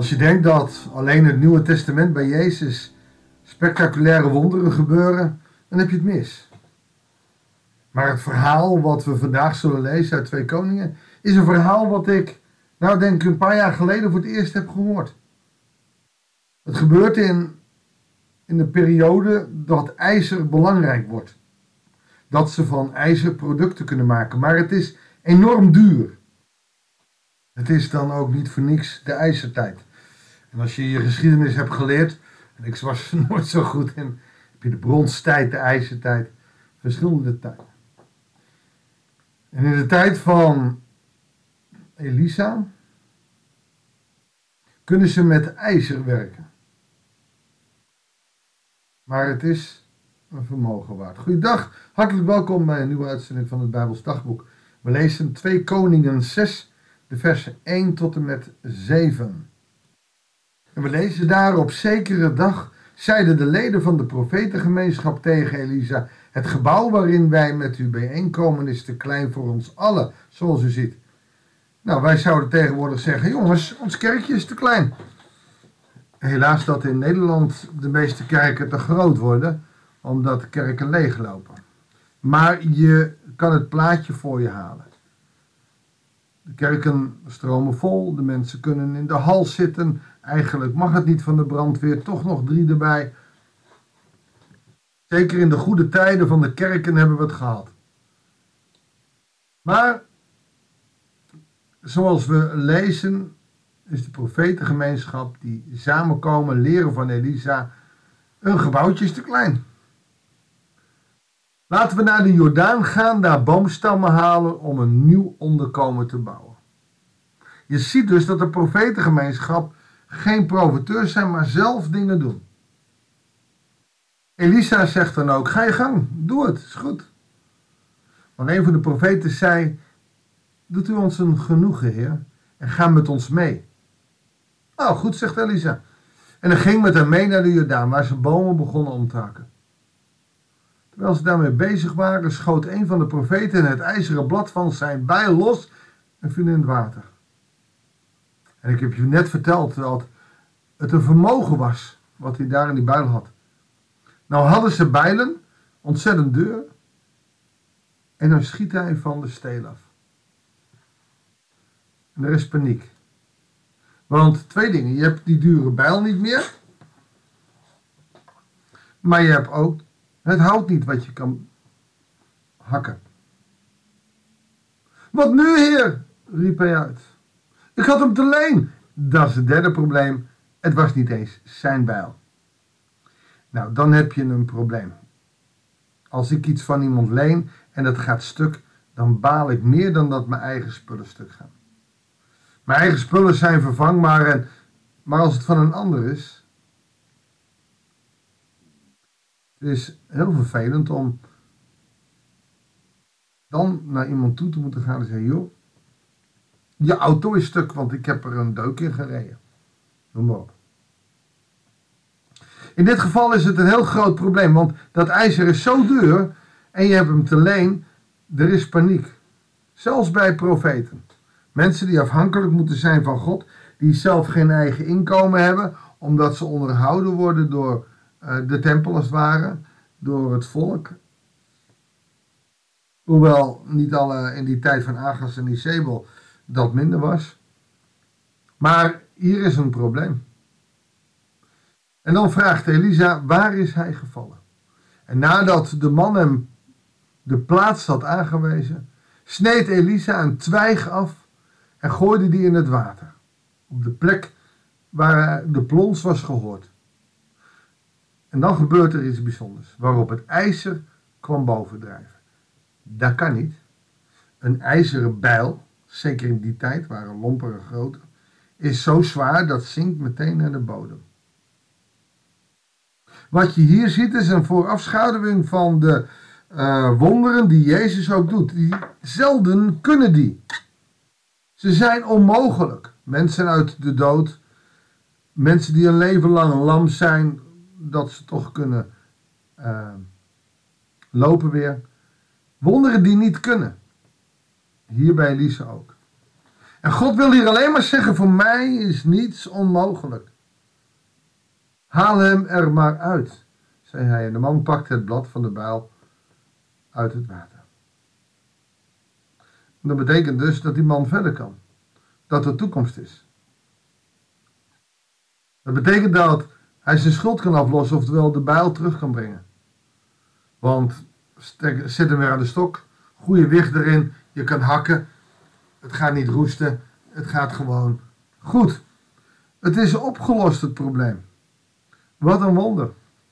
Als je denkt dat alleen het Nieuwe Testament bij Jezus spectaculaire wonderen gebeuren, dan heb je het mis. Maar het verhaal wat we vandaag zullen lezen uit 2 Koningen is een verhaal wat ik, denk ik, een paar jaar geleden voor het eerst heb gehoord. Het gebeurt in de periode dat ijzer belangrijk wordt. Dat ze van ijzer producten kunnen maken, maar het is enorm duur. Het is dan ook niet voor niks de ijzertijd. En als je je geschiedenis hebt geleerd, en ik was er nooit zo goed in, heb je de bronstijd, de ijzertijd, verschillende tijden. En in de tijd van Elisa kunnen ze met ijzer werken. Maar het is een vermogen waard. Goeiedag, hartelijk welkom bij een nieuwe uitzending van het Bijbels Dagboek. We lezen 2 Koningen 6, de versen 1 tot en met 7. En we lezen daar: op zekere dag zeiden de leden van de profetengemeenschap tegen Elisa: het gebouw waarin wij met u bijeenkomen is te klein voor ons allen, zoals u ziet. Nou, wij zouden tegenwoordig zeggen: jongens, ons kerkje is te klein. Helaas dat in Nederland de meeste kerken te groot worden, omdat de kerken leeglopen. Maar je kan het plaatje voor je halen. De kerken stromen vol, de mensen kunnen in de hal zitten. Eigenlijk mag het niet van de brandweer, toch nog 3 erbij. Zeker in de goede tijden van de kerken hebben we het gehad. Maar, zoals we lezen, is de profetengemeenschap die samenkomen leren van Elisa: een gebouwtje is te klein. Laten we naar de Jordaan gaan, daar boomstammen halen om een nieuw onderkomen te bouwen. Je ziet dus dat de profetengemeenschap geen profiteurs zijn, maar zelf dingen doen. Elisa zegt dan ook: ga je gang, doe het, is goed. Want een van de profeten zei: doet u ons een genoegen, Heer, en ga met ons mee. Nou, goed, zegt Elisa. En hij ging met hem mee naar de Jordaan, waar ze bomen begonnen om te hakken. Terwijl ze daarmee bezig waren, schoot een van de profeten het ijzeren blad van zijn bijl los en viel in het water. En ik heb je net verteld dat het een vermogen was wat hij daar in die bijl had. Nou hadden ze bijlen, ontzettend duur, en dan schiet hij van de steel af. En er is paniek. Want 2 dingen, je hebt die dure bijl niet meer, maar je hebt ook het hout niet wat je kan hakken. Wat nu, Heer? Riep hij uit. Ik had hem te leen. Dat is het derde probleem. Het was niet eens zijn bijl. Nou, dan heb je een probleem. Als ik iets van iemand leen en dat gaat stuk, dan baal ik meer dan dat mijn eigen spullen stuk gaan. Mijn eigen spullen zijn vervangbaar, maar als het van een ander is, het is heel vervelend om dan naar iemand toe te moeten gaan en zeggen: joh, je auto is stuk, want ik heb er een deuk in gereden. Noem maar op. In dit geval is het een heel groot probleem, want dat ijzer is zo duur en je hebt hem te leen, er is paniek. Zelfs bij profeten. Mensen die afhankelijk moeten zijn van God, die zelf geen eigen inkomen hebben, omdat ze onderhouden worden door de tempel als het ware, door het volk. Hoewel niet alle in die tijd van Agas en Izebel dat minder was. Maar hier is een probleem. En dan vraagt Elisa: waar is hij gevallen? En nadat de man hem de plaats had aangewezen, sneed Elisa een twijg af en gooide die in het water, op de plek waar de plons was gehoord. En dan gebeurt er iets bijzonders, waarop het ijzer kwam bovendrijven. Dat kan niet. Een ijzeren bijl, zeker in die tijd waren lomperen groter, is zo zwaar dat zinkt meteen naar de bodem. Wat je hier ziet is een voorafschaduwing van de wonderen die Jezus ook doet. Zelden kunnen die. Ze zijn onmogelijk. Mensen uit de dood, mensen die een leven lang lam zijn, dat ze toch kunnen lopen weer. Wonderen die niet kunnen. Hier bij Elisa ook. En God wil hier alleen maar zeggen, voor mij is niets onmogelijk. Haal hem er maar uit, zei hij. En de man pakte het blad van de bijl uit het water. En dat betekent dus dat die man verder kan. Dat er toekomst is. Dat betekent dat hij zijn schuld kan aflossen, oftewel de bijl terug kan brengen. Want zet hem weer aan de stok, goede wicht erin, je kan hakken, het gaat niet roesten, het gaat gewoon goed. Het is opgelost, het probleem. Wat een wonder.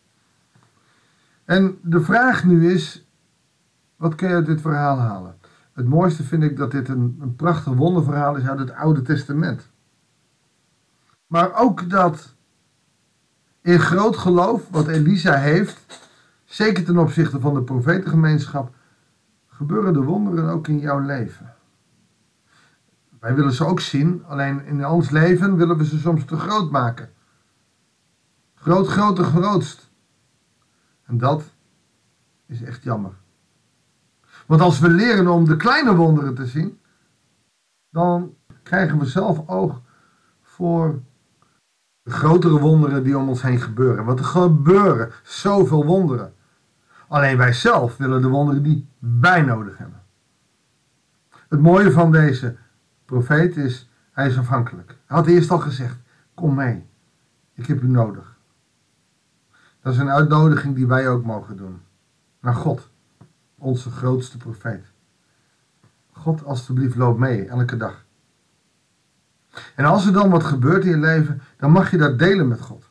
En de vraag nu is, wat kun je uit dit verhaal halen? Het mooiste vind ik dat dit een prachtig wonderverhaal is uit het Oude Testament. Maar ook dat in groot geloof, wat Elisa heeft, zeker ten opzichte van de profetengemeenschap, gebeuren de wonderen ook in jouw leven. Wij willen ze ook zien, alleen in ons leven willen we ze soms te groot maken. Groot, groter, grootst. En dat is echt jammer. Want als we leren om de kleine wonderen te zien, dan krijgen we zelf oog voor de grotere wonderen die om ons heen gebeuren. Want er gebeuren zoveel wonderen. Alleen wij zelf willen de wonderen die wij nodig hebben. Het mooie van deze profeet is, hij is afhankelijk. Hij had eerst al gezegd, kom mee, ik heb u nodig. Dat is een uitnodiging die wij ook mogen doen. Naar God, onze grootste profeet. God, alstublieft, loop mee, elke dag. En als er dan wat gebeurt in je leven, dan mag je dat delen met God.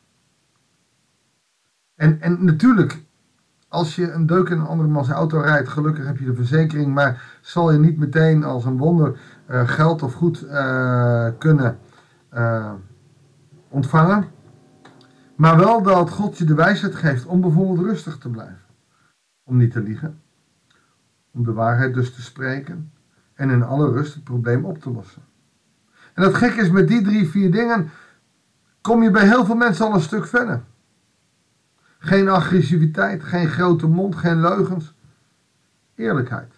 En natuurlijk, als je een deuk in een andermans auto rijdt, gelukkig heb je de verzekering, maar zal je niet meteen als een wonder geld of goed kunnen ontvangen. Maar wel dat God je de wijsheid geeft om bijvoorbeeld rustig te blijven. Om niet te liegen. Om de waarheid dus te spreken. En in alle rust het probleem op te lossen. En het gekke is, met die 3, 4 dingen kom je bij heel veel mensen al een stuk verder. Geen agressiviteit, geen grote mond, geen leugens. Eerlijkheid.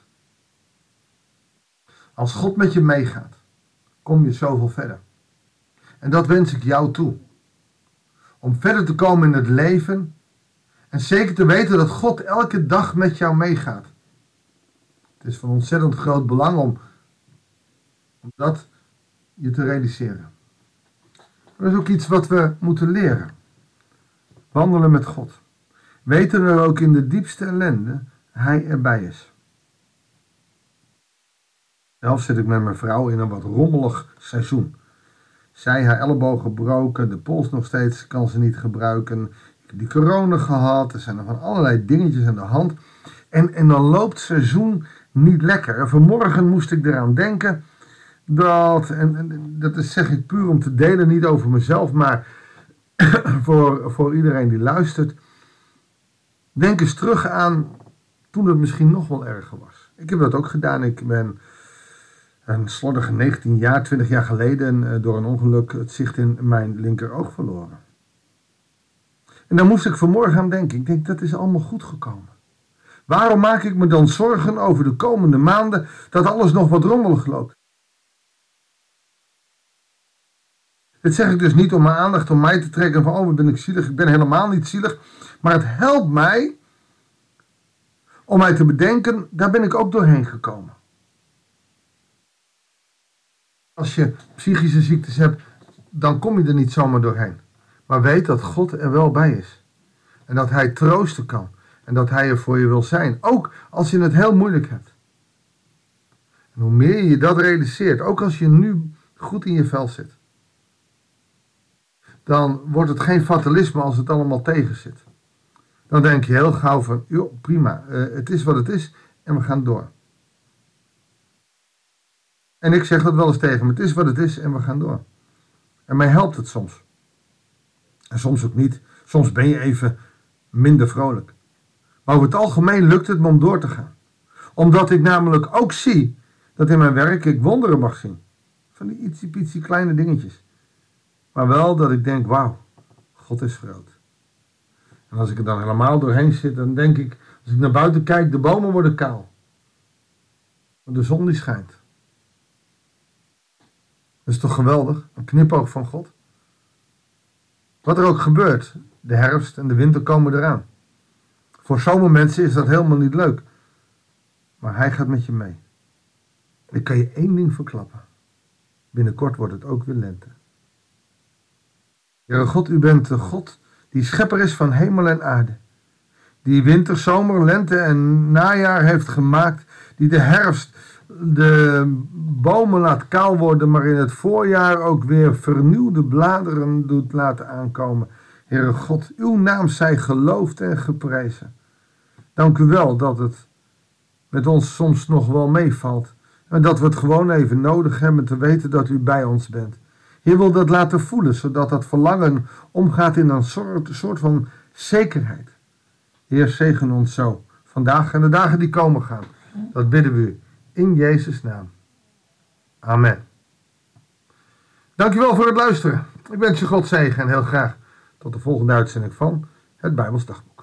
Als God met je meegaat, kom je zoveel verder. En dat wens ik jou toe. Om verder te komen in het leven en zeker te weten dat God elke dag met jou meegaat. Het is van ontzettend groot belang om dat je te realiseren. Dat is ook iets wat we moeten leren. Wandelen met God. Weten dat ook in de diepste ellende Hij erbij is. Zelf zit ik met mijn vrouw in een wat rommelig seizoen. Zij haar elleboog gebroken, de pols nog steeds kan ze niet gebruiken. Ik heb die corona gehad, er zijn er van allerlei dingetjes aan de hand. En dan loopt het seizoen niet lekker. En vanmorgen moest ik eraan denken dat, en dat is, zeg ik puur om te delen, niet over mezelf, maar voor iedereen die luistert. Denk eens terug aan toen het misschien nog wel erger was. Ik heb dat ook gedaan. Ik ben een slordige 19 jaar, 20 jaar geleden door een ongeluk het zicht in mijn linkeroog verloren. En daar moest ik vanmorgen aan denken. Ik denk, dat is allemaal goed gekomen. Waarom maak ik me dan zorgen over de komende maanden dat alles nog wat rommelig loopt? Dit zeg ik dus niet om mijn aandacht om mij te trekken van, oh, wat ben ik zielig. Ik ben helemaal niet zielig. Maar het helpt mij om mij te bedenken, daar ben ik ook doorheen gekomen. Als je psychische ziektes hebt, dan kom je er niet zomaar doorheen. Maar weet dat God er wel bij is. En dat Hij troosten kan. En dat Hij er voor je wil zijn. Ook als je het heel moeilijk hebt. En hoe meer je dat realiseert, ook als je nu goed in je vel zit, dan wordt het geen fatalisme als het allemaal tegen zit. Dan denk je heel gauw van, joh, prima, het is wat het is en we gaan door. En ik zeg dat wel eens tegen me, het is wat het is en we gaan door. En mij helpt het soms. En soms ook niet. Soms ben je even minder vrolijk. Maar over het algemeen lukt het me om door te gaan. Omdat ik namelijk ook zie dat in mijn werk ik wonderen mag zien. Van die ietsiepietsie kleine dingetjes. Maar wel dat ik denk, wauw, God is groot. En als ik er dan helemaal doorheen zit, dan denk ik, als ik naar buiten kijk, de bomen worden kaal. Maar de zon die schijnt. Dat is toch geweldig? Een knipoog van God. Wat er ook gebeurt, de herfst en de winter komen eraan. Voor sommige mensen is dat helemaal niet leuk. Maar hij gaat met je mee. Ik kan je één ding verklappen. Binnenkort wordt het ook weer lente. Heere God, u bent de God die schepper is van hemel en aarde. Die winter, zomer, lente en najaar heeft gemaakt. Die de herfst de bomen laat kaal worden, maar in het voorjaar ook weer vernieuwde bladeren doet laten aankomen. Heere God, uw naam zij geloofd en geprezen. Dank u wel dat het met ons soms nog wel meevalt. En dat we het gewoon even nodig hebben te weten dat u bij ons bent. Heer wil dat laten voelen, zodat dat verlangen omgaat in een soort van zekerheid. Heer, zegen ons zo. Vandaag en de dagen die komen gaan. Dat bidden we u. In Jezus' naam. Amen. Dankjewel voor het luisteren. Ik wens je God zegen en heel graag tot de volgende uitzending van het Bijbels Dagboek.